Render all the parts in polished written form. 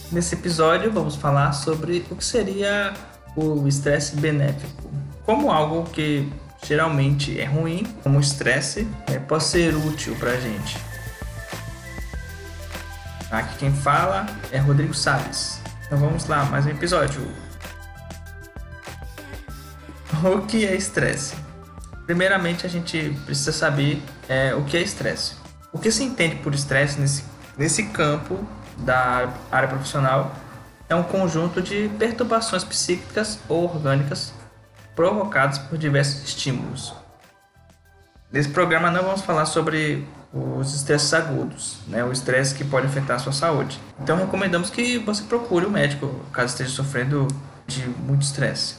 Nesse episódio vamos falar sobre o que seria o estresse benéfico. Como algo que geralmente é ruim, como o estresse, pode ser útil pra gente. Aqui quem fala é Rodrigo Salles. Então vamos lá, mais um episódio. O que é estresse? Primeiramente a gente precisa saber o que é estresse. O que se entende por estresse nesse campo da área profissional é um conjunto de perturbações psíquicas ou orgânicas provocadas por diversos estímulos. Nesse programa não vamos falar sobre os estresses agudos, o estresse que pode afetar a sua saúde. Então recomendamos que você procure o médico caso esteja sofrendo de muito estresse.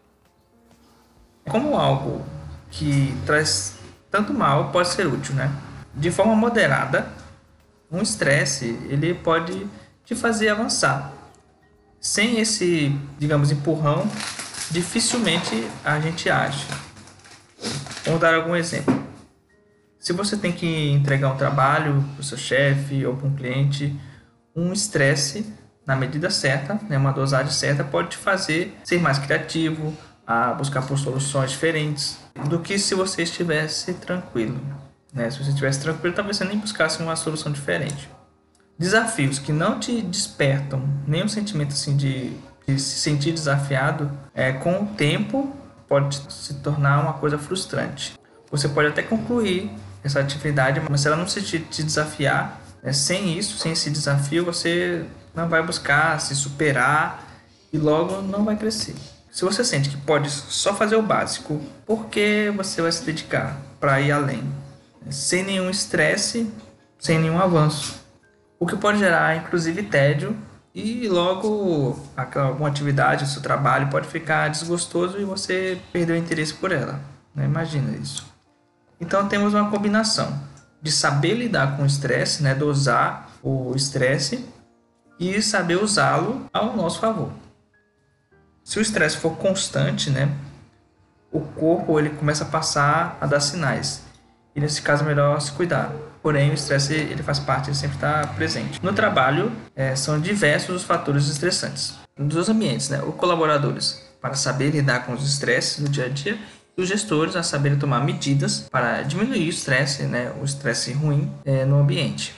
Como algo que traz tanto mal pode ser útil, De forma moderada, um estresse ele pode te fazer avançar. Sem esse, empurrão, dificilmente a gente age. Vamos dar algum exemplo. Se você tem que entregar um trabalho para o seu chefe ou para um cliente, um estresse na medida certa, uma dosagem certa, pode te fazer ser mais criativo, a buscar por soluções diferentes do que se você estivesse tranquilo. Se você estivesse tranquilo, talvez você nem buscasse uma solução diferente. Desafios que não te despertam nenhum sentimento de se sentir desafiado, com o tempo pode se tornar uma coisa frustrante. Você pode até concluir essa atividade, mas se ela não te desafiar, sem esse desafio, você não vai buscar se superar e logo não vai crescer. Se você sente que pode só fazer o básico, por que você vai se dedicar para ir além? Sem nenhum estresse, sem nenhum avanço. O que pode gerar, inclusive, tédio e logo alguma atividade, o seu trabalho pode ficar desgostoso e você perder o interesse por ela. Imagina isso. Então temos uma combinação de saber lidar com o estresse, dosar o estresse e saber usá-lo ao nosso favor. Se o estresse for constante, o corpo ele começa a passar a dar sinais. E nesse caso é melhor se cuidar. Porém, o estresse ele faz parte, ele sempre está presente. No trabalho, são diversos os fatores estressantes. Nos dois ambientes, os colaboradores para saber lidar com os estresses no dia a dia e os gestores a saberem tomar medidas para diminuir o estresse ruim no ambiente.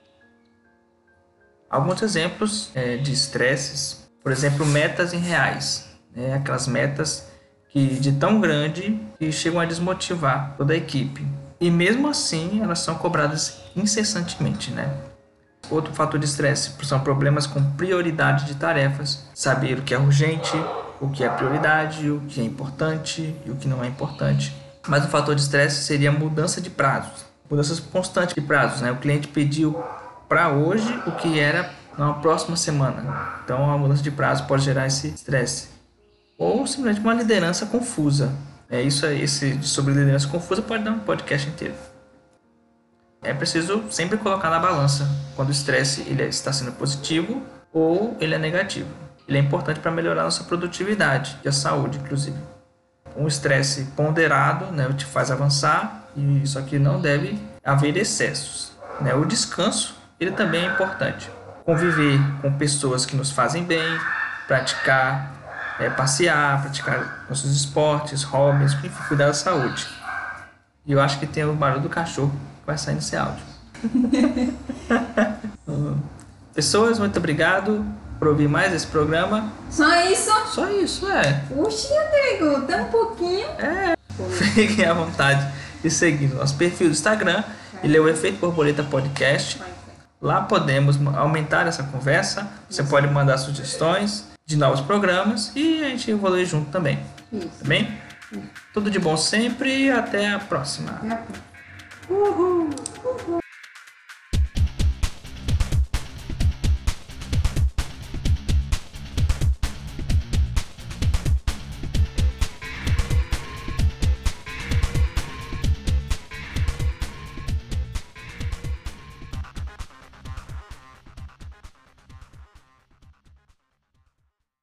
Alguns exemplos de estresses. Por exemplo, metas em reais, aquelas metas que de tão grande que chegam a desmotivar toda a equipe. E mesmo assim, elas são cobradas incessantemente, Outro fator de estresse são problemas com prioridade de tarefas. Saber o que é urgente, o que é prioridade, o que é importante e o que não é importante. Mas o fator de estresse seria a mudança de prazos. Mudanças constantes de prazos, O cliente pediu para hoje o que era na próxima semana. Então, a mudança de prazo pode gerar esse estresse. Ou simplesmente uma liderança confusa. Esse sobre liderança confusa pode dar um podcast inteiro. É preciso sempre colocar na balança quando o estresse ele está sendo positivo ou ele é negativo. Ele é importante para melhorar a nossa produtividade e a saúde, inclusive. Um estresse ponderado, te faz avançar, e só que não deve haver excessos. O descanso ele também é importante. Conviver com pessoas que nos fazem bem, praticar, passear, praticar nossos esportes, hobbies, enfim, cuidar da saúde. E eu acho que tem o barulho do cachorro que vai sair nesse áudio. Pessoas, muito obrigado por ouvir mais esse programa. Só isso? Só isso, Puxa, Rodrigo, dá um pouquinho. Fiquem à vontade de seguir o nosso perfil do Instagram. Ele é o Efeito Borboleta Podcast. Lá podemos aumentar essa conversa. Você pode mandar sugestões de novos programas e a gente evolui junto também. Isso. Tá bem? Tudo de bom sempre e até a próxima. Uhul.